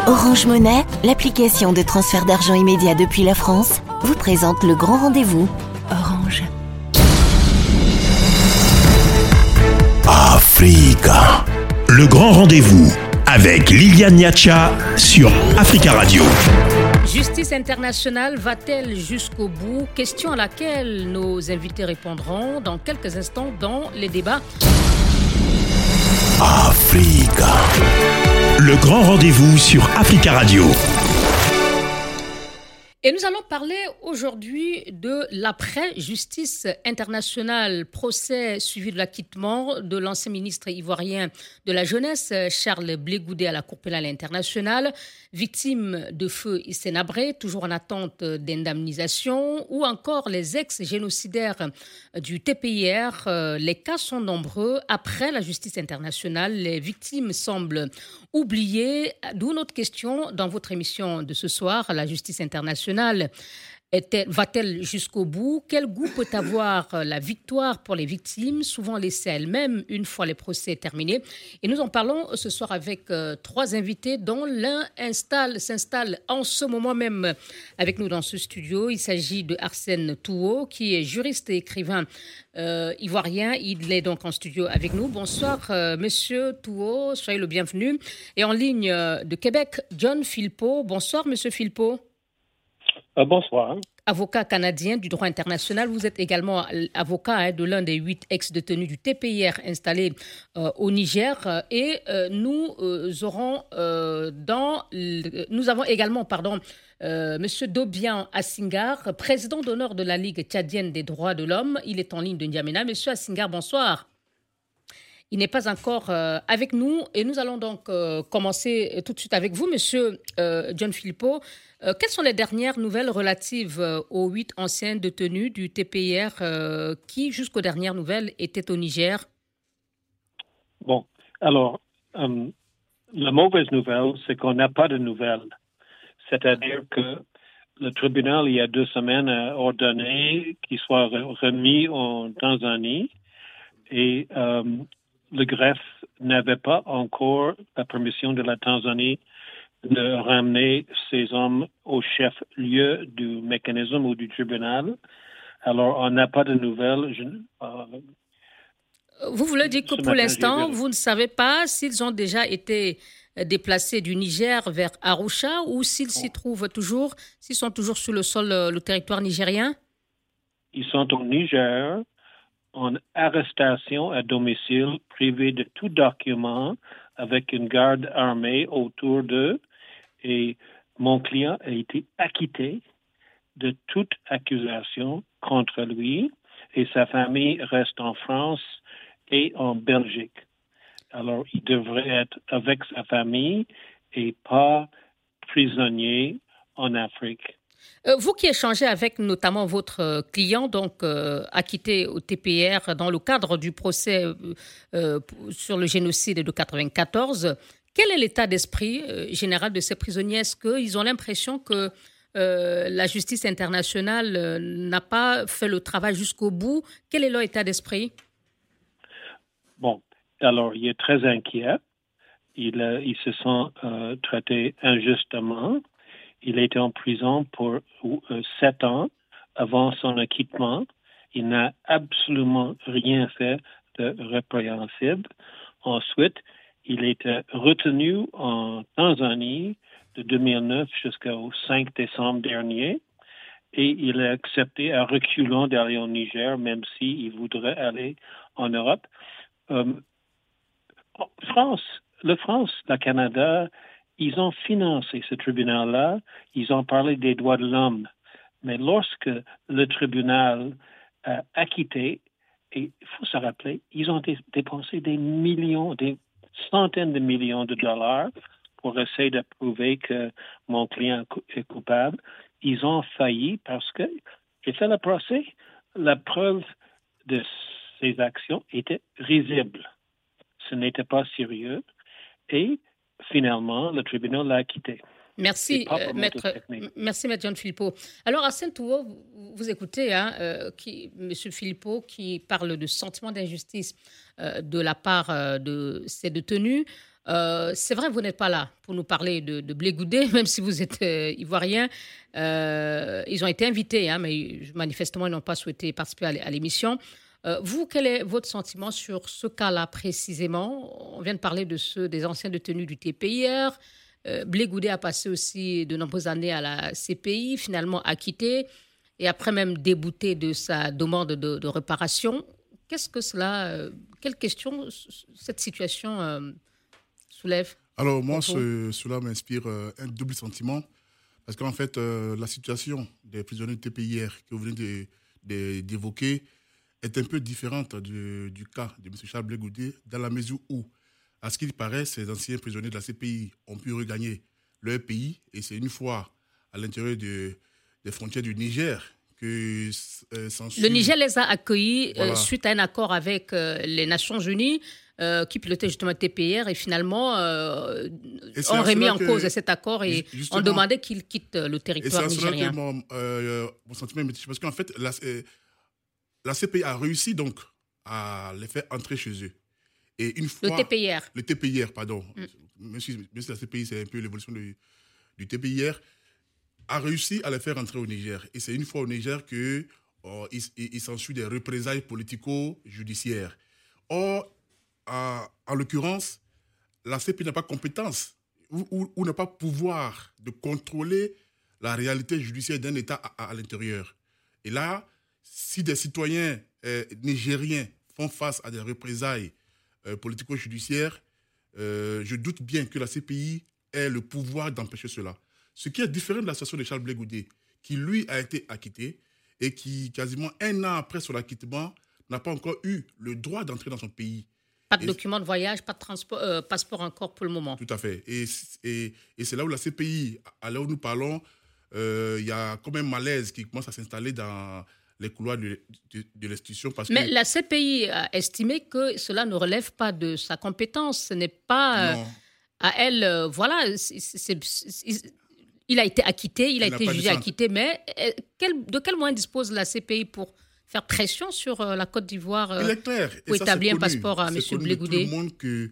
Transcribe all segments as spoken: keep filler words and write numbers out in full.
Orange Money, l'application de transfert d'argent immédiat depuis la France, vous présente le grand rendez-vous. Orange. Africa. Le grand rendez-vous avec Liliane Niacha sur Africa Radio. Justice internationale va-t-elle jusqu'au bout? Question à laquelle nos invités répondront dans quelques instants dans les débats. Africa. Le grand rendez-vous sur Africa Radio. Et nous allons parler aujourd'hui de l'après-justice internationale, procès suivi de l'acquittement de l'ancien ministre ivoirien de la Jeunesse, Charles Blé Goudé, à la Cour pénale internationale, victime de feu Hissène Habré, toujours en attente d'indemnisation, ou encore les ex-génocidaires du T P I R. Les cas sont nombreux. Après la justice internationale, les victimes semblent oubliées. D'où notre question dans votre émission de ce soir, la justice internationale est-elle, va-t-elle jusqu'au bout? Quel goût peut avoir la victoire pour les victimes, souvent laissées à elles-mêmes une fois les procès terminés? Et nous en parlons ce soir avec euh, trois invités, dont l'un installe, s'installe en ce moment même avec nous dans ce studio. Il s'agit de Arsène Touaud, qui est juriste et écrivain euh, ivoirien. Il est donc en studio avec nous. Bonsoir, euh, monsieur Touaud, soyez le bienvenu. Et en ligne euh, de Québec, John Philpot. Bonsoir, monsieur Philpot. Euh, bonsoir. Avocat canadien du droit international, vous êtes également avocat hein, de l'un des huit ex-détenus du T P I R installés euh, au Niger. Et euh, nous euh, aurons euh, dans, le, nous avons également, pardon, euh, Monsieur Dobian Assingar, président d'honneur de la Ligue tchadienne des droits de l'homme. Il est en ligne de N'Djamena. Monsieur Assingar, bonsoir. Il n'est pas encore euh, avec nous et nous allons donc euh, commencer tout de suite avec vous, Monsieur euh, John Philpot. Euh, quelles sont les dernières nouvelles relatives euh, aux huit anciens détenus du T P I R euh, qui, jusqu'aux dernières nouvelles, étaient au Niger? Bon, alors, euh, la mauvaise nouvelle, c'est qu'on n'a pas de nouvelles. C'est-à-dire que le tribunal, il y a deux semaines, a ordonné qu'il soit remis en Tanzanie et euh, le greffe n'avait pas encore la permission de la Tanzanie de ramener ces hommes au chef-lieu du mécanisme ou du tribunal. Alors, on n'a pas de nouvelles. Je, euh, vous voulez dire que pour l'instant, vous ne savez pas s'ils ont déjà été déplacés du Niger vers Arusha ou s'ils s'y trouvent toujours, s'ils sont toujours sur le sol, le territoire nigérien? Ils sont au Niger, en arrestation à domicile, privés de tout document, avec une garde armée autour d'eux. Et mon client a été acquitté de toute accusation contre lui et sa famille reste en France et en Belgique. Alors, il devrait être avec sa famille et pas prisonnier en Afrique. Euh, vous qui échangez avec notamment votre euh, client, donc euh, acquitté au T P I R dans le cadre du procès euh, sur le génocide de quatre-vingt-quatorze, quel est l'état d'esprit euh, général de ces prisonniers? Est-ce qu'ils ont l'impression que euh, la justice internationale euh, n'a pas fait le travail jusqu'au bout? Quel est leur état d'esprit? Bon, alors il est très inquiet. Il, euh, il se sent euh, traité injustement. Il était en prison pour euh, sept ans avant son acquittement. Il n'a absolument rien fait de répréhensible. Ensuite, il était retenu en Tanzanie de deux mille neuf jusqu'au cinq décembre dernier et il a accepté à reculons d'aller au Niger, même s'il voudrait aller en Europe. Euh, France, le France, le Canada, ils ont financé ce tribunal-là, ils ont parlé des droits de l'homme. Mais lorsque le tribunal a acquitté, et il faut se rappeler, ils ont dé- dépensé des millions, des centaines de millions de dollars pour essayer de prouver que mon client est coupable. Ils ont failli parce que, j'ai fait le procès, la preuve de ces actions était risible. Ce n'était pas sérieux. Et finalement, le tribunal l'a acquitté. Merci, euh, maître, merci, maître John Philpot. Alors, Arsène Touaud, vous, vous écoutez, hein, euh, qui, M. Philpot, qui parle de sentiment d'injustice euh, de la part euh, de ces détenus. Euh, c'est vrai, vous n'êtes pas là pour nous parler de, de Blé Goudé, même si vous êtes euh, ivoirien. Euh, ils ont été invités, hein, mais manifestement, ils n'ont pas souhaité participer à l'émission. Euh, vous, quel est votre sentiment sur ce cas-là précisément? On vient de parler de ceux des anciens détenus du T P I R. Euh, Blé Goudé a passé aussi de nombreuses années à la C P I, finalement acquitté, et après même débouté de sa demande de, de réparation. Qu'est-ce que cela, euh, quelle question cette situation euh, soulève? Alors moi, ce, cela m'inspire euh, un double sentiment, parce qu'en fait, euh, la situation des prisonniers de T P I R que vous venez de, de, d'évoquer est un peu différente du, du cas de M. Charles Blé Goudé, dans la mesure où, à ce qu'il paraît, ces anciens prisonniers de la C P I ont pu regagner leur pays, et c'est une fois à l'intérieur de, des frontières du Niger que euh, s'ensuit... Le Niger les a accueillis voilà. euh, suite à un accord avec euh, les Nations Unies euh, qui pilotait justement le T P I R, et finalement euh, et ont remis en cause cet accord et ont demandé qu'ils quittent le territoire et c'est nigérien. Que mon, euh, mon sentiment est mitigé, parce qu'en fait, la, euh, la C P I a réussi donc à les faire entrer chez eux. Et une fois, le T P I R. Le T P I R, pardon. Mm. Même, si, même si la C P I, c'est un peu l'évolution du, du T P I R, a réussi à les faire entrer au Niger. Et c'est une fois au Niger qu'il oh, il, il s'ensuit des représailles politico-judiciaires. Or, à, en l'occurrence, la C P I n'a pas compétence ou, ou, ou n'a pas pouvoir de contrôler la réalité judiciaire d'un État à, à, à l'intérieur. Et là, si des citoyens euh, nigériens font face à des représailles euh, politico-judiciaires, euh, je doute bien que la C P I ait le pouvoir d'empêcher cela. Ce qui est différent de la situation de Charles Blé Goudé, qui lui a été acquitté et qui, quasiment un an après son acquittement, n'a pas encore eu le droit d'entrer dans son pays. Pas de et document de voyage, pas de transport, euh, passeport encore pour le moment. Tout à fait. Et, et, et c'est là où la C P I, à l'heure où nous parlons, il euh, y a comme un malaise qui commence à s'installer dans les couloirs de, de, de l'institution. Parce Mais que... la C P I a estimé que cela ne relève pas de sa compétence. Ce n'est pas euh, à elle. Euh, voilà, c'est, c'est, c'est, il a été acquitté, il a été jugé acquitté, mais euh, quel, de quel moyen dispose la C P I pour faire pression sur euh, la Côte d'Ivoire euh, il est clair. pour et établir ça, un passeport à M. Blé Goudé? Tout le monde que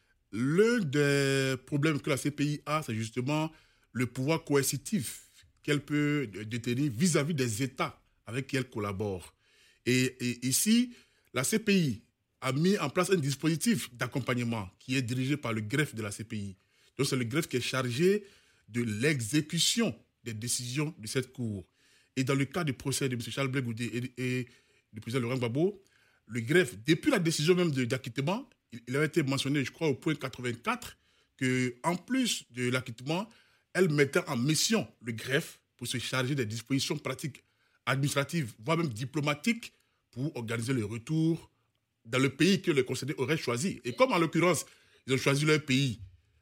l'un des problèmes que la C P I a, c'est justement le pouvoir coercitif qu'elle peut détenir vis-à-vis des États avec qui elle collabore. Et, et ici, la C P I a mis en place un dispositif d'accompagnement qui est dirigé par le greffe de la C P I. Donc c'est le greffe qui est chargé de l'exécution des décisions de cette cour. Et dans le cas du procès de M. Charles Blé Goudé et, et du président Laurent Gbagbo, le greffe, depuis la décision même de, d'acquittement, il, il avait été mentionné, je crois, au point quatre-vingt-quatre, qu'en plus de l'acquittement, elle mettait en mission le greffe pour se charger des dispositions pratiques administratives, voire même diplomatiques, pour organiser le retour dans le pays que les concernés auraient choisi. Et comme en l'occurrence, ils ont choisi leur pays,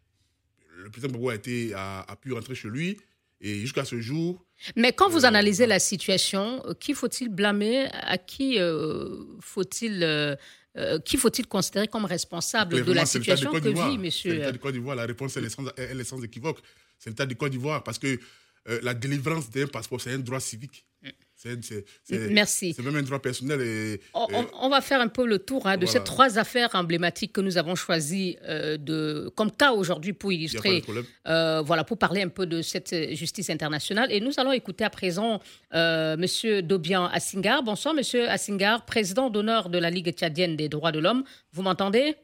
le président Gbagbo a, été, a, a pu rentrer chez lui, et jusqu'à ce jour... Mais quand vous euh, analysez la situation, qui faut-il blâmer? À qui euh, faut-il... Euh, euh, qui faut-il considérer comme responsable de la situation que vit, monsieur? C'est l'État du Côte d'Ivoire. La réponse est sans, est sans équivoque. C'est l'État du Côte d'Ivoire parce que euh, la délivrance d'un passeport, c'est un droit civique. C'est, c'est, c'est, Merci. C'est même un droit personnel. Et, on, et... on va faire un peu le tour hein, de voilà. ces trois affaires emblématiques que nous avons choisies euh, de, comme cas aujourd'hui pour illustrer, euh, voilà, pour parler un peu de cette justice internationale. Et nous allons écouter à présent euh, M. Dobian Assingar. Bonsoir, M. Assingar, président d'honneur de la Ligue tchadienne des droits de l'homme. Vous m'entendez?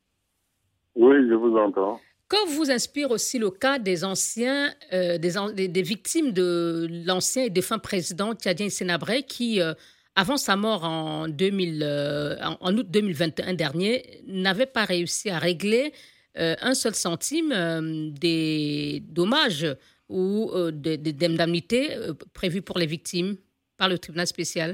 Oui, je vous entends. Que vous inspire aussi le cas des anciens, euh, des, des, des victimes de l'ancien et défunt président tchadien Sénabré qui, euh, avant sa mort en, deux mille, euh, en, en août deux mille vingt et un dernier, n'avait pas réussi à régler euh, un seul centime euh, des dommages ou euh, des, des indemnités euh, prévues pour les victimes par le tribunal spécial?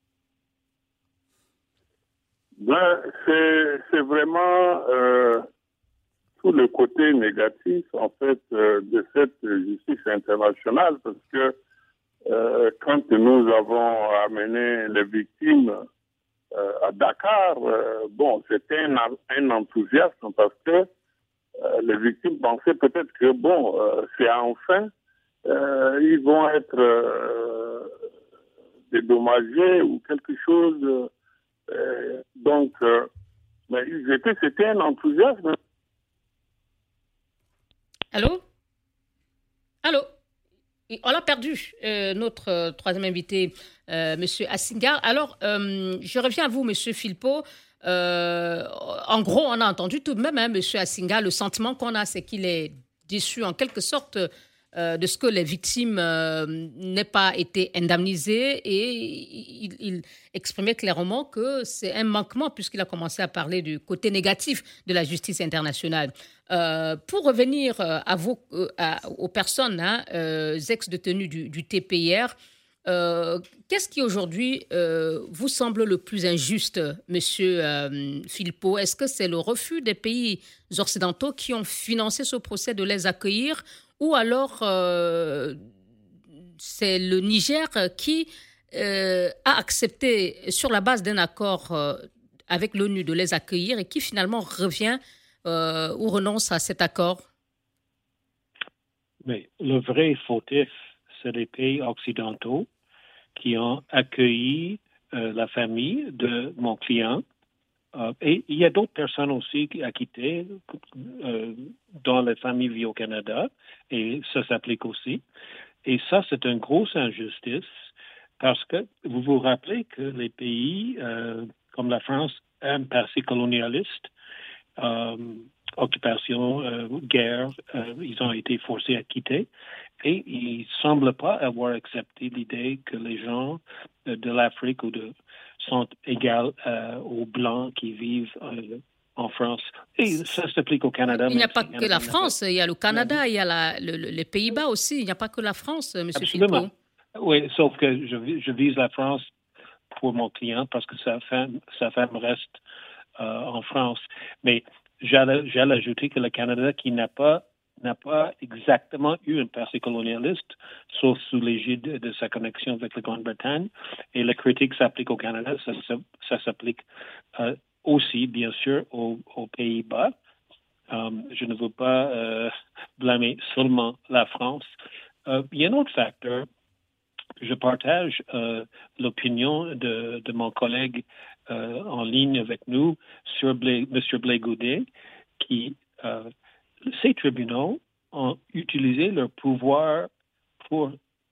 Ben, c'est, c'est vraiment... Euh... tout le côté négatif, en fait, euh, de cette justice internationale, parce que euh, quand nous avons amené les victimes euh, à Dakar, euh, bon, c'était un, un enthousiasme parce que euh, les victimes pensaient peut-être que, bon, euh, c'est enfin, euh, ils vont être euh, dédommagés ou quelque chose. Euh, donc, euh, mais ils étaient, c'était un enthousiasme. Allô? Allô? On a perdu euh, notre euh, troisième invité, euh, M. Assingar. Alors, euh, je reviens à vous, M. Philpot. Euh, en gros, on a entendu tout de même, hein, M. Assingar, le sentiment qu'on a, c'est qu'il est déçu en quelque sorte euh, de ce que les victimes euh, n'aient pas été indemnisées, et il, il exprimait clairement que c'est un manquement puisqu'il a commencé à parler du côté négatif de la justice internationale. Euh, pour revenir à vos, à, aux personnes hein, euh, ex-détenues du, du T P I R, euh, qu'est-ce qui aujourd'hui euh, vous semble le plus injuste, Monsieur euh, Philpot? Est-ce que c'est le refus des pays occidentaux qui ont financé ce procès de les accueillir, ou alors euh, c'est le Niger qui euh, a accepté sur la base d'un accord euh, avec l'ONU de les accueillir et qui finalement revient Euh, ou renonce à cet accord? Mais le vrai fautif, c'est les pays occidentaux qui ont accueilli euh, la famille de mon client. Euh, et il y a d'autres personnes aussi qui acquittées euh, dont les familles vivent au Canada, et ça s'applique aussi. Et ça, c'est une grosse injustice parce que vous vous rappelez que les pays euh, comme la France, un passé colonialiste, Euh, occupation, euh, guerre, euh, ils ont été forcés à quitter, et ils ne semblent pas avoir accepté l'idée que les gens euh, de l'Afrique ou de, sont égaux euh, aux Blancs qui vivent euh, en France. Et ça s'applique au Canada. Il n'y a pas que Canada, la France, il y a le Canada, il y a la, le, le, les Pays-Bas aussi, il n'y a pas que la France, M. Philpot. Oui, sauf que je, je vise la France pour mon client parce que sa femme, sa femme reste Euh, en France. Mais j'allais, j'allais ajouter que le Canada, qui n'a pas, n'a pas exactement eu un passé colonialiste, sauf sous l'égide de, de sa connexion avec la Grande-Bretagne, et la critique s'applique au Canada, ça, ça, ça s'applique euh, aussi, bien sûr, aux, aux Pays-Bas. Um, je ne veux pas euh, blâmer seulement la France. Euh, il y a un autre facteur. Je partage euh, l'opinion de, de mon collègue euh, en ligne avec nous sur Blé, M. Blais-Goudet, qui, euh, ces tribunaux ont utilisé leur pouvoir pour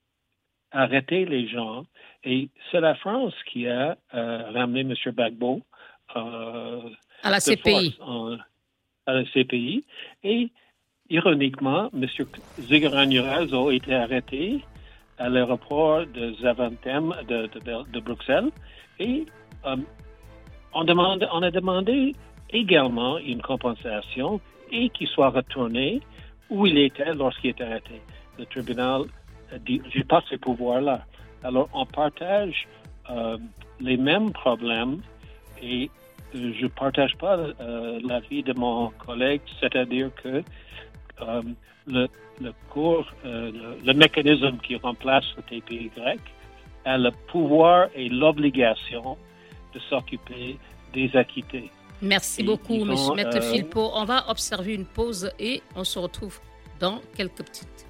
arrêter les gens, et c'est la France qui a euh, ramené M. Gbagbo euh, à la C P I. En, à la C P I, et ironiquement, M. Zigaran-Yuraz a été arrêté à l'aéroport de Zaventem de, de, de Bruxelles, et euh, on, demande, on a demandé également une compensation et qu'il soit retourné où il était lorsqu'il était arrêté. Le tribunal dit, j'ai pas ces pouvoirs-là. Alors, on partage euh, les mêmes problèmes, et euh, je partage pas euh, l'avis de mon collègue, c'est-à-dire que euh, le, le cours, euh, le, le mécanisme qui remplace le T P Y a le pouvoir et l'obligation de s'occuper des acquittés. Merci et beaucoup, M. Euh... Maître Philpot. On va observer une pause et on se retrouve dans quelques petites.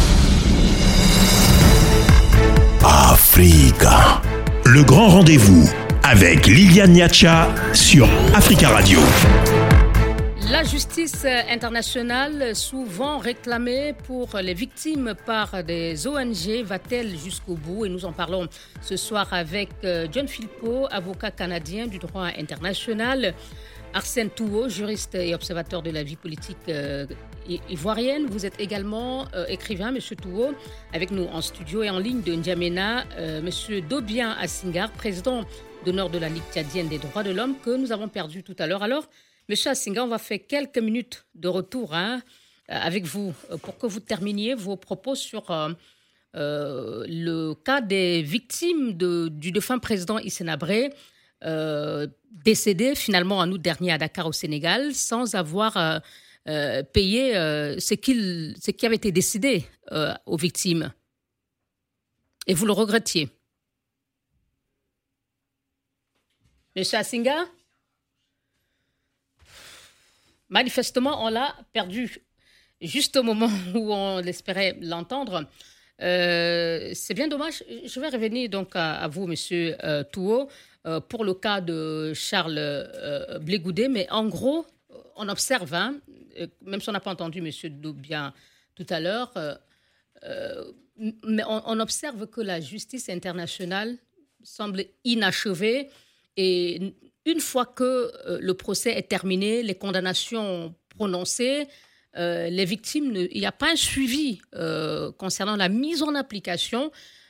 Africa. Le grand rendez-vous avec Liliane Niacha sur Africa Radio. La justice internationale, souvent réclamée pour les victimes par des O N G, va-t-elle jusqu'au bout? Et nous en parlons ce soir avec John Philpot, avocat canadien du droit international, Arsène Touault, juriste et observateur de la vie politique euh, ivoirienne. Vous êtes également euh, écrivain, M. Touault, avec nous en studio et en ligne de N'Djamena, euh, M. Dobien Assingar, président d'honneur de la Ligue tchadienne des droits de l'homme, que nous avons perdu tout à l'heure. Alors, Monsieur Assingar, on va faire quelques minutes de retour hein, avec vous pour que vous terminiez vos propos sur euh, euh, le cas des victimes de, du défunt président Hissène Habré, euh, décédé finalement en août dernier à Dakar au Sénégal, sans avoir euh, euh, payé euh, ce, qu'il, ce qui avait été décidé euh, aux victimes. Et vous le regrettiez. Monsieur Assingar ? Manifestement, on l'a perdu juste au moment où on espérait l'entendre. Euh, c'est bien dommage. Je vais revenir donc à, à vous, Monsieur euh, Touault, euh, pour le cas de Charles euh, Blais-Goudet. Mais en gros, on observe, hein, même si on n'a pas entendu M. Doumbia tout à l'heure, euh, euh, mais on, on observe que la justice internationale semble inachevée et une fois que euh, le procès est terminé, les condamnations prononcées, euh, les victimes, ne, il n'y a pas un suivi euh, concernant la mise en application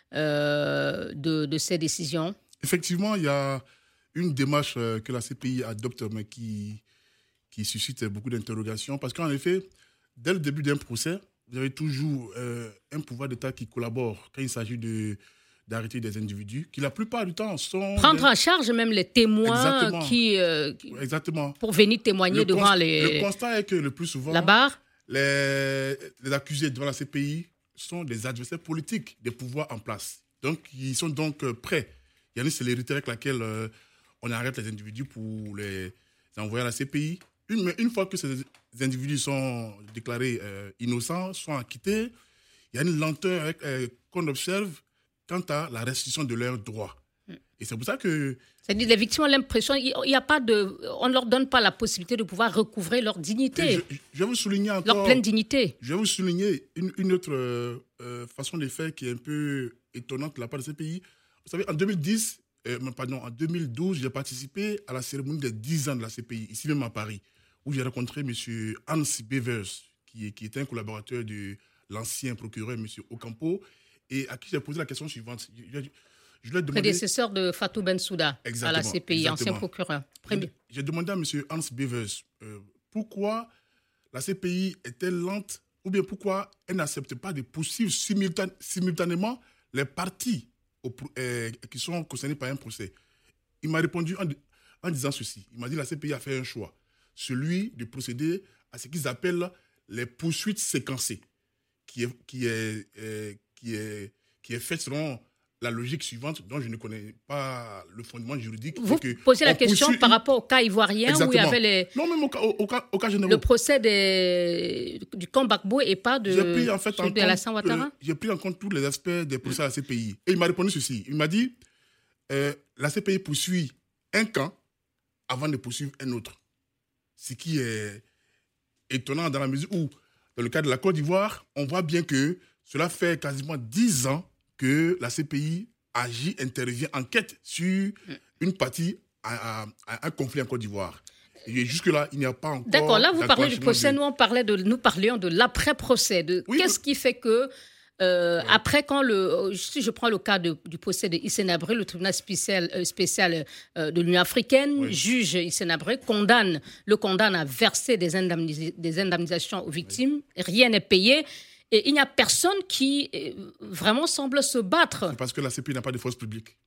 euh, de, de ces décisions. Effectivement, il y a une démarche euh, que la C P I adopte, mais qui, qui suscite beaucoup d'interrogations, parce qu'en effet, dès le début d'un procès, vous avez toujours euh, un pouvoir d'État qui collabore quand il s'agit de, d'arrêter des individus, qui la plupart du temps sont... Prendre des... en charge même les témoins qui, euh, qui, Exactement. pour venir témoigner le devant const... les... Le constat est que le plus souvent, la barre. Les, les accusés devant la C P I sont des adversaires politiques des pouvoirs en place. Donc, ils sont donc euh, prêts. Il y a une célérité avec laquelle euh, on arrête les individus pour les envoyer à la C P I. Une, mais une fois que ces individus sont déclarés euh, innocents, sont acquittés, il y a une lenteur avec, euh, qu'on observe quant à la restitution de leurs droits. Mm. Et c'est pour ça que... C'est-à-dire les victimes ont l'impression qu'il y a pas de, on ne leur donne pas la possibilité de pouvoir recouvrer leur dignité. Je, je vais vous souligner encore... Leur pleine dignité. Je vais vous souligner une, une autre euh, euh, façon de faire qui est un peu étonnante de la part de ces pays. Vous savez, en deux mille dix, euh, pardon, en deux mille douze, j'ai participé à la cérémonie des dix ans de la C P I, ici même à Paris, où j'ai rencontré M. Hans Bevers, qui, qui était un collaborateur de l'ancien procureur, M. Ocampo, et à qui j'ai posé la question suivante. Je, je, je lui ai demandé... Prédécesseur de Fatou Bensouda à la C P I, exactement. Ancien procureur. J'ai, j'ai demandé à M. Hans Bevers euh, pourquoi la C P I est-elle lente, ou bien pourquoi elle n'accepte pas de poursuivre simultan- simultanément les parties au, euh, qui sont concernées par un procès. Il m'a répondu en, en disant ceci. Il m'a dit que la C P I a fait un choix, celui de procéder à ce qu'ils appellent les poursuites séquencées, qui est, qui est, euh, qui est, qui est faite selon la logique suivante, dont je ne connais pas le fondement juridique. Vous posez la question par rapport au cas ivoirien. Exactement. Où il y avait les... Non, même au cas, au, au cas, au cas général. Le procès des... du camp Gbagbo et pas de, j'ai pris, en fait, celui en de Alassane Ouattara. Euh, j'ai pris en compte tous les aspects des procès à la C P I. Et il m'a répondu ceci. Il m'a dit, euh, la C P I poursuit un camp avant de poursuivre un autre. Ce qui est étonnant dans la mesure où, dans le cas de la Côte d'Ivoire, on voit bien que cela fait quasiment dix ans que la C P I agit, intervient, enquête sur une partie à, à, à un conflit en Côte d'Ivoire. Et jusque-là, il n'y a pas encore... D'accord, là, vous parlez du procès, de... nous, on parlait de, nous parlions de l'après-procès. De oui, qu'est-ce mais... qui fait que, euh, ouais. après, quand le... Si je prends le cas de, du procès de Hissène Habré, le tribunal spécial, euh, spécial euh, de l'Union africaine oui. juge Hissène Habré, condamne, le condamne à verser des, indemnis- des indemnisations aux victimes, oui. rien n'est payé. Et il n'y a personne qui vraiment semble se battre. C'est parce que la C P I n'a pas de force publique.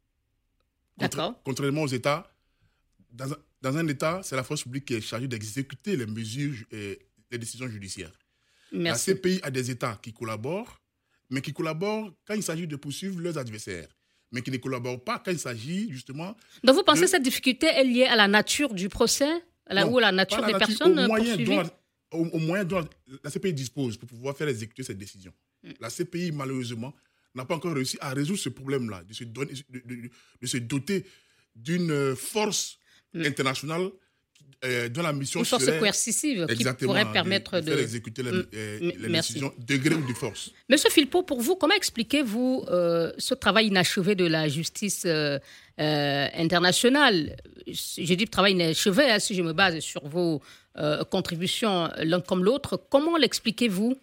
D'accord. Contra- contrairement aux États, dans un, dans un État, c'est la force publique qui est chargée d'exécuter les mesures et les décisions judiciaires. Merci. La C P I a des États qui collaborent, mais qui collaborent quand il s'agit de poursuivre leurs adversaires, mais qui ne collaborent pas quand il s'agit justement... Donc vous pensez de... que cette difficulté est liée à la nature du procès, à la, non, ou à la nature la des nature, personnes poursuivies dont, au, au moyen dont la C P I dispose pour pouvoir faire exécuter cette décision. Mm. La C P I, malheureusement, n'a pas encore réussi à résoudre ce problème-là, de se, donner, de, de, de se doter d'une force mm. internationale euh, dont la mission une force serait... coercitive qui pourrait permettre de... de faire exécuter les, mm. euh, les décisions de gré ou de force. Monsieur Philpot, pour vous, comment expliquez-vous euh, ce travail inachevé de la justice euh, euh, internationale? Je dis travail inachevé, hein, si je me base sur vos euh, contributions l'un comme l'autre. Comment l'expliquez-vous?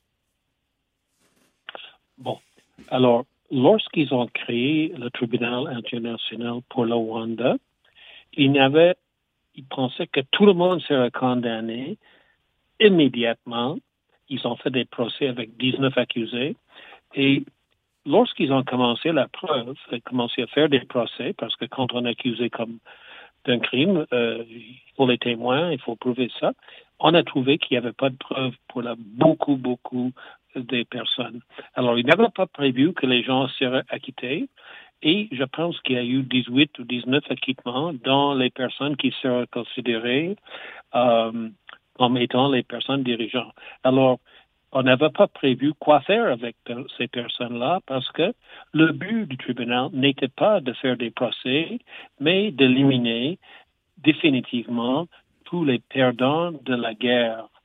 Bon, alors, lorsqu'ils ont créé le tribunal international pour le Rwanda, il y avait, ils pensaient que tout le monde serait condamné immédiatement. Ils ont fait des procès avec dix-neuf accusés. Et lorsqu'ils ont commencé la preuve, commencé à faire des procès, parce que quand on est accusé comme d'un crime, euh, il faut les témoins, il faut prouver ça, on a trouvé qu'il n'y avait pas de preuve pour la beaucoup, beaucoup des personnes. Alors, il n'avait pas prévu que les gens seraient acquittés. Et je pense qu'il y a eu dix-huit ou dix-neuf acquittements dans les personnes qui seraient considérées euh, comme étant les personnes dirigeantes. Alors, on n'avait pas prévu quoi faire avec ces personnes-là parce que le but du tribunal n'était pas de faire des procès, mais d'éliminer définitivement tous les perdants de la guerre.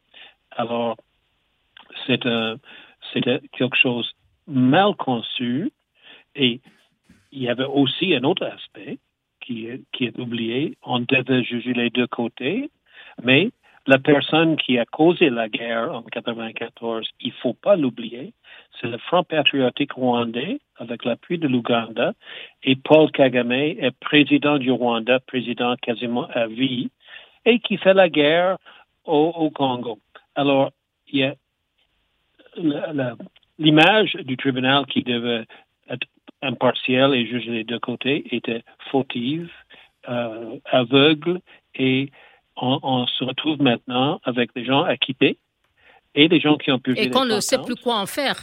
Alors, c'est, un, c'est quelque chose mal conçu. Et il y avait aussi un autre aspect qui est, qui est oublié. On devait juger les deux côtés, mais la personne qui a causé la guerre en quatre-vingt-quatorze, il ne faut pas l'oublier, c'est le Front patriotique rwandais avec l'appui de l'Ouganda, et Paul Kagame est président du Rwanda, président quasiment à vie, et qui fait la guerre au, au Congo. Alors, il y a la, la, l'image du tribunal qui devait être impartiel et juger les deux côtés était fautive, euh, aveugle, et on, on se retrouve maintenant avec des gens acquittés et des gens qui ont purgé. Et qu'on ne sait plus quoi en faire.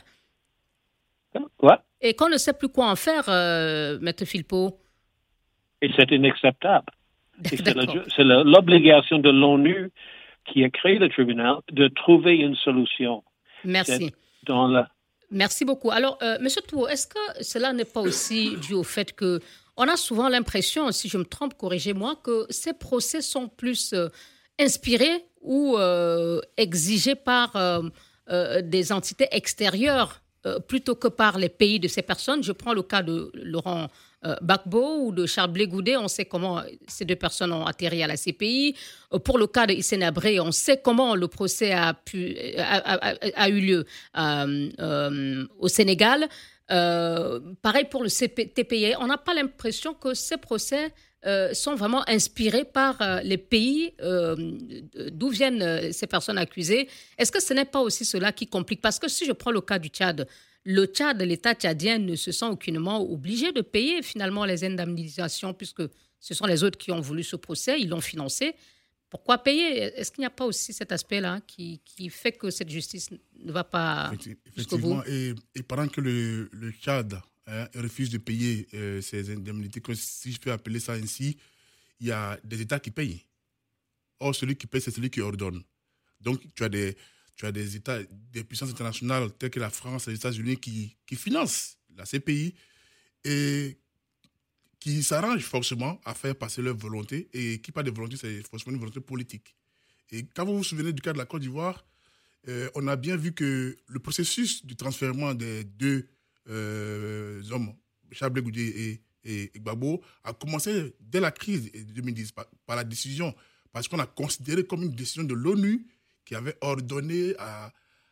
Quoi? Et qu'on ne sait plus quoi en faire, euh, Maître Philpot. Et c'est inacceptable. Et c'est, la, c'est la, l'obligation de l'ONU qui a créé le tribunal de trouver une solution. Merci. C'est dans la... Merci beaucoup. Alors, euh, M. Touo, est-ce que cela n'est pas aussi dû au fait que on a souvent l'impression, si je me trompe, corrigez-moi, que ces procès sont plus euh, inspirés ou euh, exigés par euh, euh, des entités extérieures euh, plutôt que par les pays de ces personnes. Je prends le cas de Laurent euh, Gbagbo ou de Charles Blé Goudé. On sait comment ces deux personnes ont atterri à la C P I. Euh, pour le cas de Hissène Habré, on sait comment le procès a, pu, a, a, a eu lieu euh, euh, au Sénégal. Euh, pareil pour le C P, T P I. On n'a pas l'impression que ces procès euh, sont vraiment inspirés par euh, les pays euh, d'où viennent euh, ces personnes accusées. Est-ce que ce n'est pas aussi cela qui complique? Parce que si je prends le cas du Tchad, le Tchad, l'État tchadien ne se sent aucunement obligé de payer finalement les indemnisations puisque ce sont les autres qui ont voulu ce procès, ils l'ont financé. Pourquoi payer? Est-ce qu'il n'y a pas aussi cet aspect-là qui, qui fait que cette justice ne va pas jusqu'au bout? Effectivement, et, et pendant que le, le Tchad hein, refuse de payer euh, ses indemnités, que si je peux appeler ça ainsi, il y a des États qui payent. Or, celui qui paye, c'est celui qui ordonne. Donc, tu as des, tu as des États, des puissances internationales telles que la France et les États-Unis qui, qui financent la C P I et qui s'arrangent forcément à faire passer leur volonté, et qui parle de volonté, c'est forcément une volonté politique. Et quand vous vous souvenez du cas de la Côte d'Ivoire, euh, on a bien vu que le processus du transfèrement des deux euh, hommes, Charles Blé Goudé et, et, et Gbagbo, a commencé dès la crise de deux mille dix par, par la décision, parce qu'on a considéré comme une décision de l'ONU qui avait ordonné à,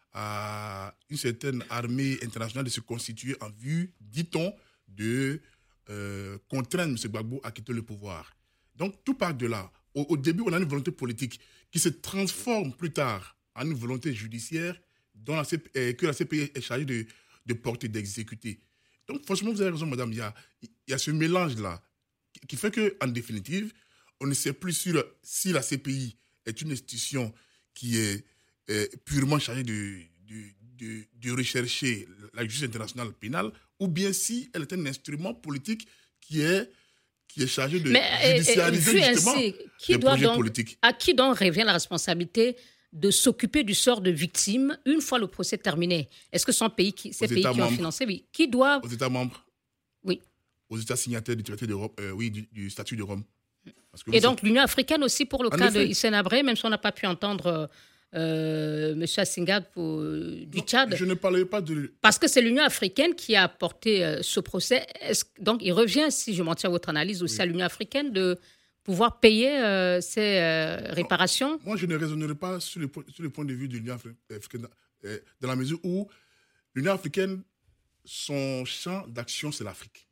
à une certaine armée internationale de se constituer en vue, dit-on, de Euh, contraindre M. Gbagbo à quitter le pouvoir. Donc, tout part de là. Au, au début, on a une volonté politique qui se transforme plus tard en une volonté judiciaire dont la C P, euh, que la C P I est chargée de, de porter, d'exécuter. Donc, franchement, vous avez raison, madame. Il y a, il y a ce mélange-là qui, qui fait qu'en définitive, on ne sait plus sur, si la C P I est une institution qui est euh, purement chargée de, de, de, de rechercher la justice internationale pénale, ou bien si elle est un instrument politique qui est, qui est chargé de Mais, judiciariser et, et, justement ainsi, qui les doit projets donc, politiques. À qui donc revient la responsabilité de s'occuper du sort de victimes une fois le procès terminé? Est-ce que ce sont pays qui, ces Aux pays États qui membres. ont financé? Oui. Qui doivent... Aux États membres. Oui. Aux États signataires du traité de Rome, euh, oui, du, du statut de Rome. Parce que Et vous donc l'Union africaine aussi pour le En cas effet. de Hissène Habré, même si on n'a pas pu entendre euh, M. Assingad pour, euh, du non, Tchad. Je ne parlais pas de... Parce que c'est l'Union africaine qui a apporté euh, ce procès. Est-ce, donc, il revient, si je m'en tiens à votre analyse, aussi Oui. à l'Union africaine de pouvoir payer euh, ces euh, réparations. Moi, je ne raisonnerai pas sur le, point- sur le point de vue de l'Union afri- africaine, euh, dans la mesure où l'Union africaine, son champ d'action, c'est l'Afrique.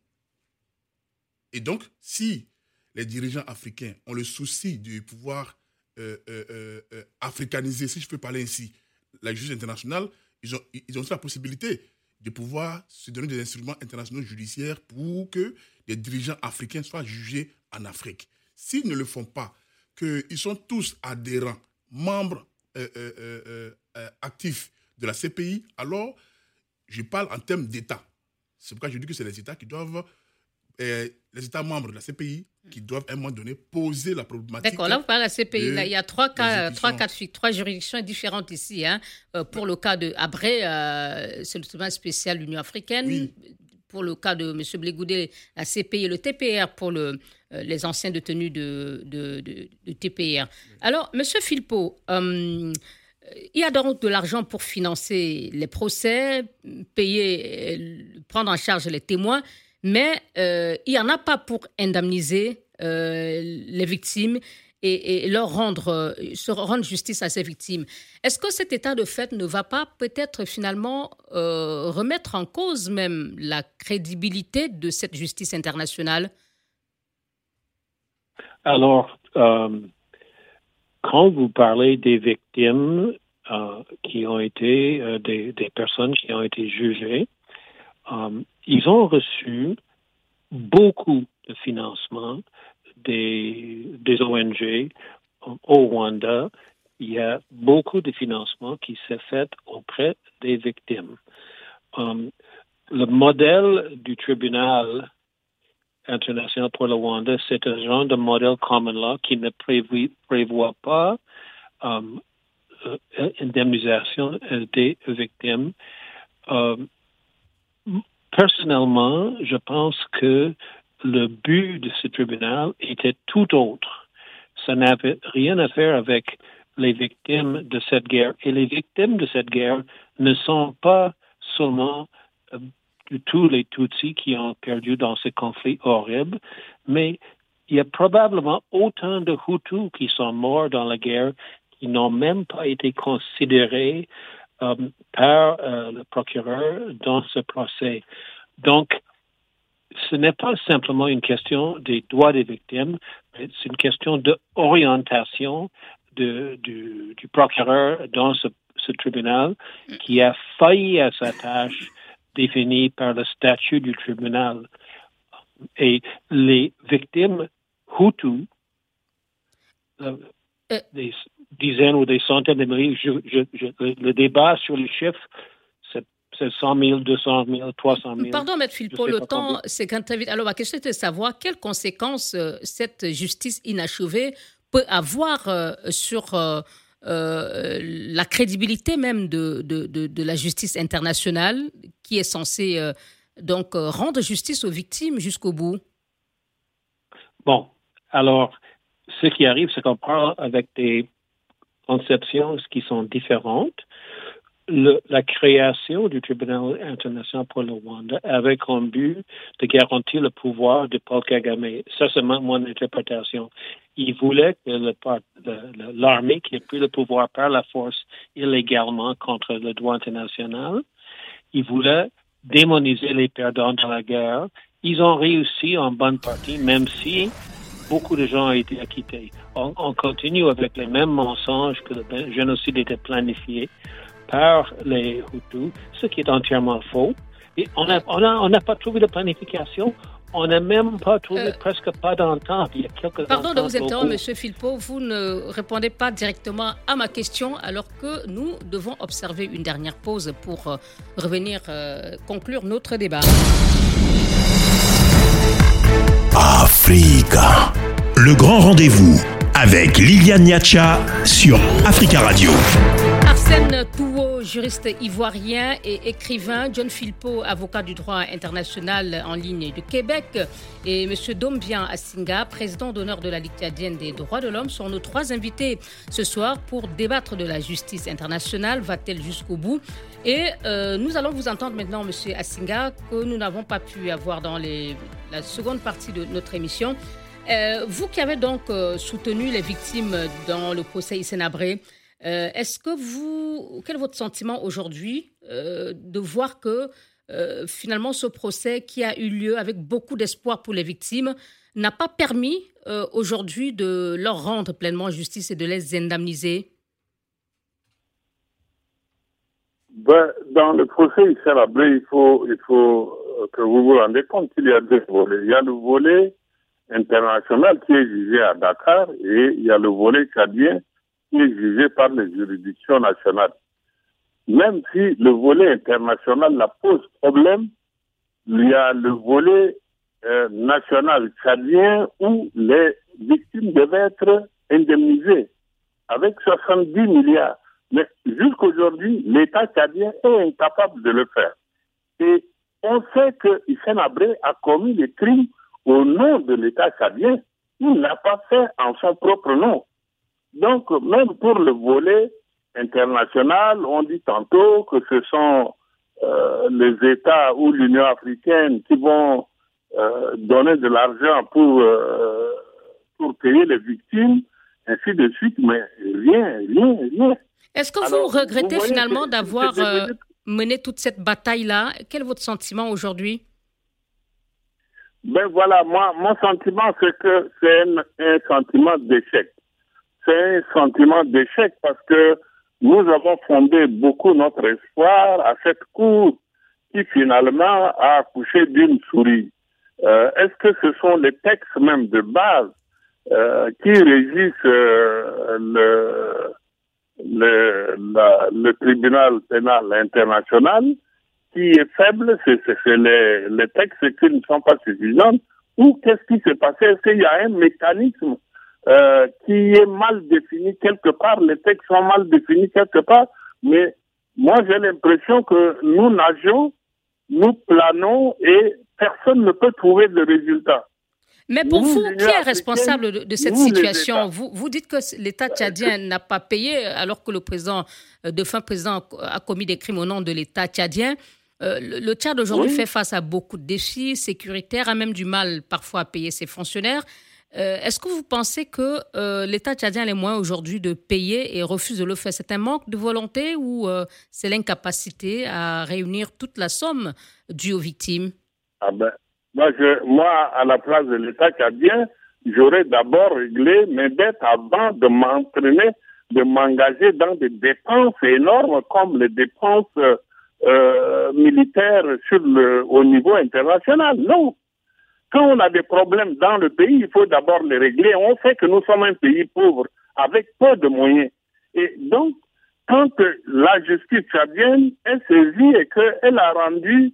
Et donc, si les dirigeants africains ont le souci de pouvoir euh, euh, euh, euh, africaniser, si je peux parler ainsi, la justice internationale, ils ont, ils ont aussi la possibilité de pouvoir se donner des instruments internationaux judiciaires pour que les dirigeants africains soient jugés en Afrique. S'ils ne le font pas, qu'ils sont tous adhérents, membres euh, euh, euh, euh, actifs de la C P I, alors je parle en termes d'État. C'est pourquoi je dis que c'est les États qui doivent, euh, les États membres de la C P I, qui doivent à un moment donné poser la problématique. D'accord, là vous parlez de la C P I. de Là, il y a trois cas, l'exécution. trois cas de fi- trois juridictions différentes ici. Hein. Euh, pour le cas de Habré, euh, c'est le tribunal spécial de l'Union africaine. Oui. Pour le cas de M. Blé Goudé, la C P I et le T P R pour le, euh, les anciens détenus de, de, de, de T P R. Alors, M. Philpot, euh, il y a donc de l'argent pour financer les procès, payer, euh, prendre en charge les témoins, mais euh, il n'y en a pas pour indemniser euh, les victimes et, et leur rendre, euh, se rendre justice à ces victimes. Est-ce que cet état de fait ne va pas peut-être finalement euh, remettre en cause même la crédibilité de cette justice internationale? Alors, euh, quand vous parlez des victimes euh, qui ont été, euh, des, des personnes qui ont été jugées, euh, ils ont reçu beaucoup de financement des, des O N G au Rwanda. Il y a beaucoup de financement qui s'est fait auprès des victimes. Um, le modèle du tribunal international pour le Rwanda, c'est un genre de modèle common law qui ne prévoit, prévoit pas um, indemnisation des victimes. Um, personnellement, je pense que le but de ce tribunal était tout autre. Ça n'avait rien à faire avec les victimes de cette guerre. Et les victimes de cette guerre ne sont pas seulement euh, tous les Tutsis qui ont perdu dans ce conflit horrible, mais il y a probablement autant de Hutus qui sont morts dans la guerre qui n'ont même pas été considérés euh, par euh, le procureur dans ce procès. Donc, ce n'est pas simplement une question des droits des victimes, mais c'est une question d'orientation de, du, du procureur dans ce, ce tribunal qui a failli à sa tâche définie par le statut du tribunal. Et les victimes Hutus, euh, euh. des dizaines ou des centaines de milliers, je, je, je, le débat sur les chiffres, c'est c'est cent mille, deux cent mille, trois cent mille. Pardon, M. Philpot, le temps, combien. C'est quand très vite. Alors, ma question est de savoir quelles conséquences euh, cette justice inachevée peut avoir euh, sur euh, euh, la crédibilité même de, de, de, de la justice internationale qui est censée euh, donc euh, rendre justice aux victimes jusqu'au bout. Bon, alors, ce qui arrive, c'est qu'on parle avec des conceptions qui sont différentes. Le, la création du tribunal international pour le Rwanda avait comme but de garantir le pouvoir de Paul Kagame. Ça, c'est mon, mon interprétation. Il voulait que le, le, l'armée qui a pris le pouvoir par la force illégalement contre le droit international, il voulait démoniser les perdants dans la guerre. Ils ont réussi en bonne partie, même si beaucoup de gens ont été acquittés. On, on continue avec les mêmes mensonges que le génocide était planifié par les Hutus, ce qui est entièrement faux. Et on n'a on a, on a pas trouvé de planification. On n'a même pas trouvé euh, presque pas d'entente. Il y a quelques Pardon de vous interrompre, M. Philpot. Vous ne répondez pas directement à ma question, alors que nous devons observer une dernière pause pour euh, revenir euh, conclure notre débat. Africa. Le grand rendez-vous avec Liliane Niacha sur Africa Radio. Arsène Touwo, juriste ivoirien et écrivain, John Philpot, avocat du droit international en ligne du Québec, et M. Dombian Assinga, président d'honneur de la Ligue tchadienne des droits de l'homme, sont nos trois invités ce soir pour débattre de la justice internationale. Va-t-elle jusqu'au bout? Et euh, nous allons vous entendre maintenant, M. Assinga, que nous n'avons pas pu avoir dans les, la seconde partie de notre émission. Euh, vous qui avez donc euh, soutenu les victimes dans le procès Hissène Habré, euh, est-ce que vous, quel est votre sentiment aujourd'hui euh, de voir que euh, finalement ce procès qui a eu lieu avec beaucoup d'espoir pour les victimes n'a pas permis euh, aujourd'hui de leur rendre pleinement justice et de les indemniser? Ben, dans le procès Hissène Habré, il faut, il faut que vous vous rendez compte qu'il y a deux volets. Il y a le volet international qui est jugé à Dakar et il y a le volet tchadien qui est jugé par les juridictions nationales. Même si le volet international la pose problème, il y a le volet euh, national tchadien où les victimes devaient être indemnisées avec soixante-dix milliards. Mais jusqu'aujourd'hui, l'État tchadien est incapable de le faire. Et on sait que Hissène Habré a commis des crimes au nom de l'État tchadien. Il ne l'a pas fait en son propre nom. Donc, même pour le volet internationale, on dit tantôt que ce sont euh, les États ou l'Union africaine qui vont euh, donner de l'argent pour, euh, pour payer les victimes, ainsi de suite, mais rien, rien, rien. Est-ce que Alors, vous regrettez vous voyez, finalement c'est, d'avoir c'est devenu... euh, mené toute cette bataille-là? Quel est votre sentiment aujourd'hui? Ben voilà, moi, mon sentiment, c'est que c'est un, un sentiment d'échec. C'est un sentiment d'échec parce que nous avons fondé beaucoup notre espoir à cette cour qui finalement a accouché d'une souris. Euh, est-ce que ce sont les textes même de base euh, qui régissent euh, le, le, la, le tribunal pénal international qui est faible, c'est, c'est, c'est les, les textes qui ne sont pas suffisants, ou qu'est-ce qui s'est passé? Est-ce qu'il y a un mécanisme euh, qui est mal défini quelque part? Les textes sont mal définis quelque part, mais moi j'ai l'impression que nous nageons, nous planons et personne ne peut trouver de résultat. Mais pour Nous, vous, l'Union qui est africaine, responsable de, de cette nous, les situation? États. Vous, vous dites que l'État tchadien n'a pas payé alors que le président, euh, de fin président a commis des crimes au nom de l'État tchadien. Euh, le, le Tchad aujourd'hui Oui. fait face à beaucoup de défis sécuritaires, a même du mal parfois à payer ses fonctionnaires. Euh, est-ce que vous pensez que euh, l'État tchadien a les moyens aujourd'hui de payer et refuse de le faire? C'est un manque de volonté ou euh, c'est l'incapacité à réunir toute la somme due aux victimes? Ah ben, moi, je, moi, à la place de l'État tchadien, j'aurais d'abord réglé mes dettes avant de m'entraîner, de m'engager dans des dépenses énormes comme les dépenses euh, euh, militaires sur le, au niveau international. Non. Quand on a des problèmes dans le pays, il faut d'abord les régler. On sait que nous sommes un pays pauvre, avec peu de moyens. Et donc, quand la justice tchadienne est saisie et qu'elle a rendu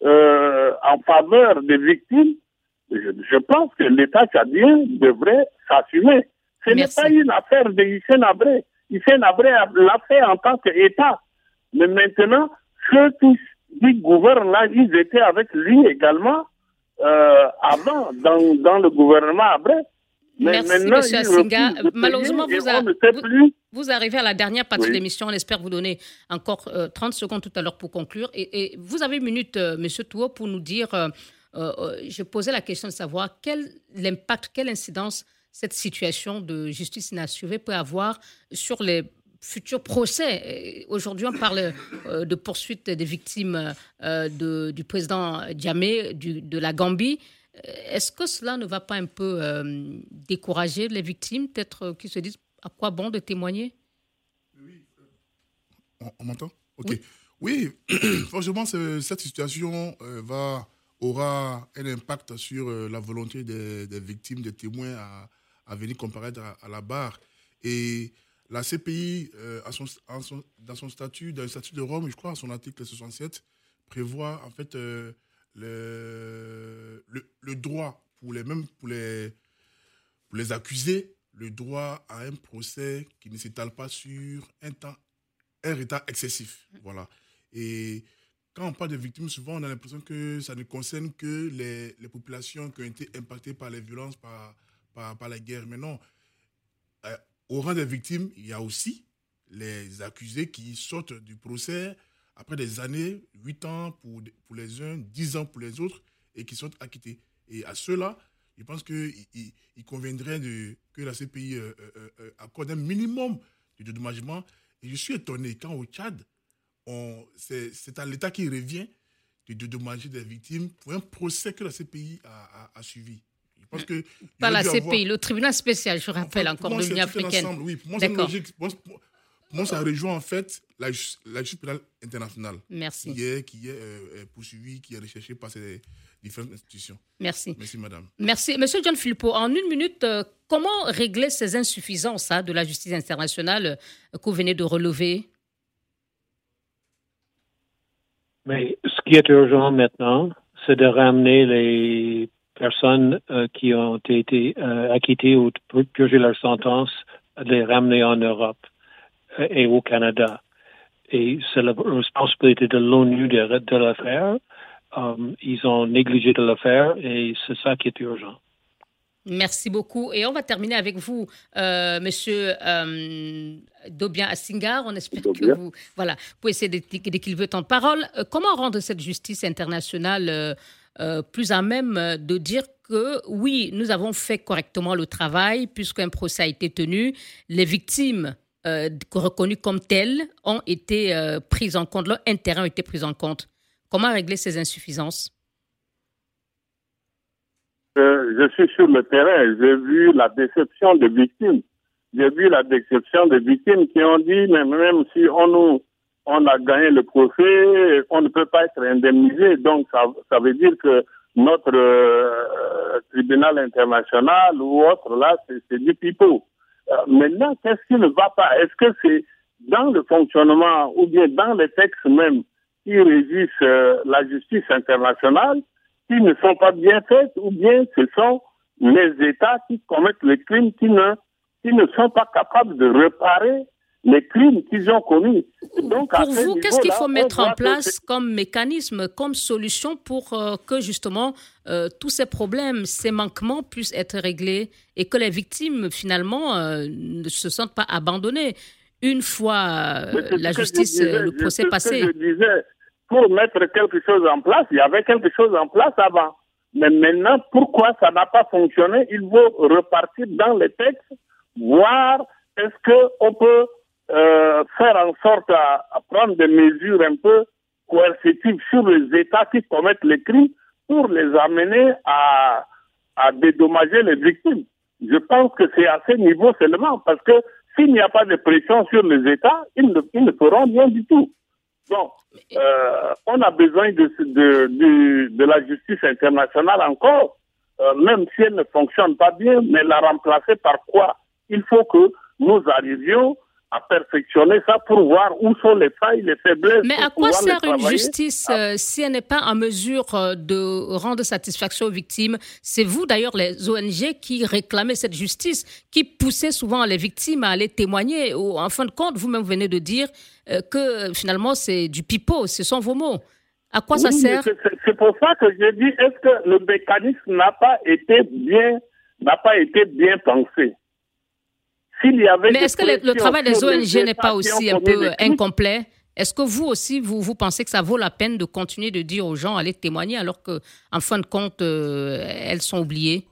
euh, en faveur des victimes, je, je pense que l'État tchadien devrait s'assumer. Ce Merci. n'est pas une affaire de Hissène Habré. Hissène Habré l'a fait en tant qu'État. Mais maintenant, ceux qui, qui gouvernent là, ils étaient avec lui également euh, avant, dans, dans le gouvernement Habré. Mais Merci, maintenant, M. Assinga. Malheureusement, vous, a, vous, vous arrivez à la dernière partie oui. de l'émission. On espère vous donner encore euh, trente secondes tout à l'heure pour conclure. Et, et vous avez une minute, euh, M. Touo, pour nous dire, euh, euh, je posais la question de savoir quel l'impact, quelle incidence cette situation de justice inachevée peut avoir sur les futurs procès. Aujourd'hui, on parle euh, de poursuite des victimes euh, de, du président Djamé du, de la Gambie. Est-ce que cela ne va pas un peu euh, décourager les victimes, peut-être euh, qui se disent à quoi bon de témoigner? Oui. On, on m'entend? Ok. Oui, oui franchement, cette situation euh, va, aura un impact sur euh, la volonté des, des victimes, des témoins à, à venir comparaître à, à la barre. Et la C P I, euh, à son, à son, dans son statut, dans le statut de Rome, je crois, à son article soixante-sept, prévoit en fait euh, le, le, le droit pour les, même pour les, pour les accusés, le droit à un procès qui ne s'étale pas sur un temps, un retard excessif. Voilà. Et quand on parle de victimes, souvent on a l'impression que ça ne concerne que les, les populations qui ont été impactées par les violences, par, par, par la guerre. Mais non, euh, au rang des victimes, il y a aussi les accusés qui sortent du procès après des années, huit ans pour, pour les uns, dix ans pour les autres, et qui sont acquittés. Et à ceux-là, je pense qu'il il, il conviendrait de, que la C P I euh, euh, euh, accorde un minimum de dédommagement. Et je suis étonné quand au Tchad, on, c'est, c'est à l'État qui revient de dédommager des victimes pour un procès que la C P I a, a, a suivi. Je pense que Pas la C P I, avoir... le tribunal spécial, je rappelle enfin, encore, de l'Union africaine. Ensemble, oui, pour moi, c'est une logique. Pour, pour, pour moi, ça rejoint en fait la, la justice pénale internationale. Merci. Qui est, qui est euh, poursuivie, qui est recherchée par ces différentes institutions. Merci. Merci, madame. Merci. Monsieur John Philpot, en une minute, euh, comment régler ces insuffisances hein, de la justice internationale euh, que vous venez de relever? Mais ce qui est urgent maintenant, c'est de ramener les personnes euh, qui ont été euh, acquittées ou purgé leur sentence, de les ramener en Europe euh, et au Canada. Et c'est la responsabilité de l'ONU de, de le faire. Um, ils ont négligé de le faire et c'est ça qui est urgent. Merci beaucoup. Et on va terminer avec vous, euh, Monsieur euh, Dobien Assingar. On espère Dobien. que vous, voilà, pour essayer dès, dès qu'il veut temps de parole. Euh, comment rendre cette justice internationale euh, euh, plus à même de dire que oui, nous avons fait correctement le travail puisqu'un procès a été tenu, les victimes euh, reconnues comme telles ont été euh, prises en compte, leurs intérêts ont été pris en compte. Comment régler ces insuffisances? Euh, je suis sur le terrain, j'ai vu la déception des victimes. J'ai vu la déception des victimes qui ont dit, mais même si on nous, on a gagné le procès, on ne peut pas être indemnisé. Donc, ça, ça veut dire que notre euh, tribunal international ou autre, là, c'est, c'est du pipeau. Euh, maintenant, qu'est-ce qui ne va pas? Est-ce que c'est dans le fonctionnement ou bien dans les textes même qui régissent euh, la justice internationale qui ne sont pas bien faites, ou bien ce sont les États qui commettent les crimes qui ne, qui ne sont pas capables de réparer les crimes qu'ils ont commis. Donc, pour vous, qu'est-ce qu'il faut mettre en place comme mécanisme, comme solution pour euh, que justement euh, tous ces problèmes, ces manquements puissent être réglés et que les victimes finalement euh, ne se sentent pas abandonnées une fois euh, la justice, disais, le procès passé? Je disais, pour mettre quelque chose en place, il y avait quelque chose en place avant. Mais maintenant, pourquoi ça n'a pas fonctionné? Il faut repartir dans les textes, voir est-ce qu'on peut euh, faire en sorte à, à prendre des mesures un peu coercitives sur les États qui commettent les crimes pour les amener à, à dédommager les victimes. Je pense que c'est à ce niveau seulement, parce que s'il n'y a pas de pression sur les États, ils ne, ils ne feront rien du tout. Donc, euh, on a besoin de, de, de, de la justice internationale encore, euh, même si elle ne fonctionne pas bien, mais la remplacer par quoi? Il faut que nous arrivions à perfectionner ça pour voir où sont les failles, les faiblesses. Mais à quoi sert une justice euh, si elle n'est pas en mesure euh, de rendre satisfaction aux victimes? C'est vous, d'ailleurs, les O N G, qui réclamez cette justice, qui poussez souvent les victimes à aller témoigner. Ou, en fin de compte, vous-même venez de dire euh, que finalement, c'est du pipeau, ce sont vos mots. À quoi oui, ça sert? c'est, c'est pour ça que je dis, est-ce que le mécanisme n'a pas été bien, n'a pas été bien pensé? Mais est-ce que le, le travail des O N G n'est pas aussi un peu incomplet? Est-ce que vous aussi, vous, vous pensez que ça vaut la peine de continuer de dire aux gens allez témoigner alors qu'en fin de compte, euh, elles sont oubliées?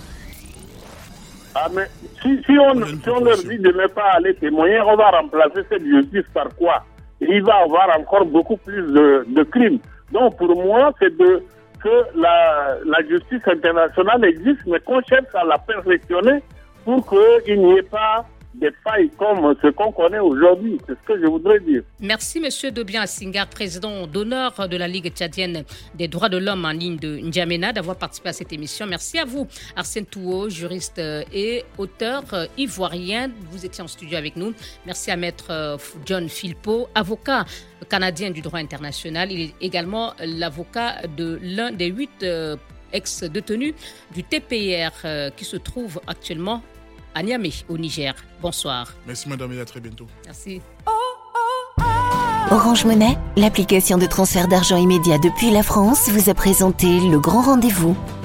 Ah, mais si, si, on, si on leur dit de ne pas aller témoigner, on va remplacer cette justice par quoi? Il va y avoir encore beaucoup plus de, de crimes. Donc pour moi, c'est de, que la, la justice internationale existe, mais qu'on cherche à la perfectionner pour qu'il n'y ait pas des failles comme ce qu'on connaît aujourd'hui. C'est ce que je voudrais dire. Merci, M. Dobien Assingar, président d'honneur de la Ligue tchadienne des droits de l'homme en ligne de N'Djamena, d'avoir participé à cette émission. Merci à vous, Arsène Touault, juriste et auteur ivoirien. Vous étiez en studio avec nous. Merci à Maître John Philpot, avocat canadien du droit international. Il est également l'avocat de l'un des huit ex-détenus du T P I R euh, qui se trouve actuellement à Niamey, au Niger. Bonsoir. Merci madame et à très bientôt. Merci. Orange Monnaie, l'application de transfert d'argent immédiat depuis la France, vous a présenté le grand rendez-vous.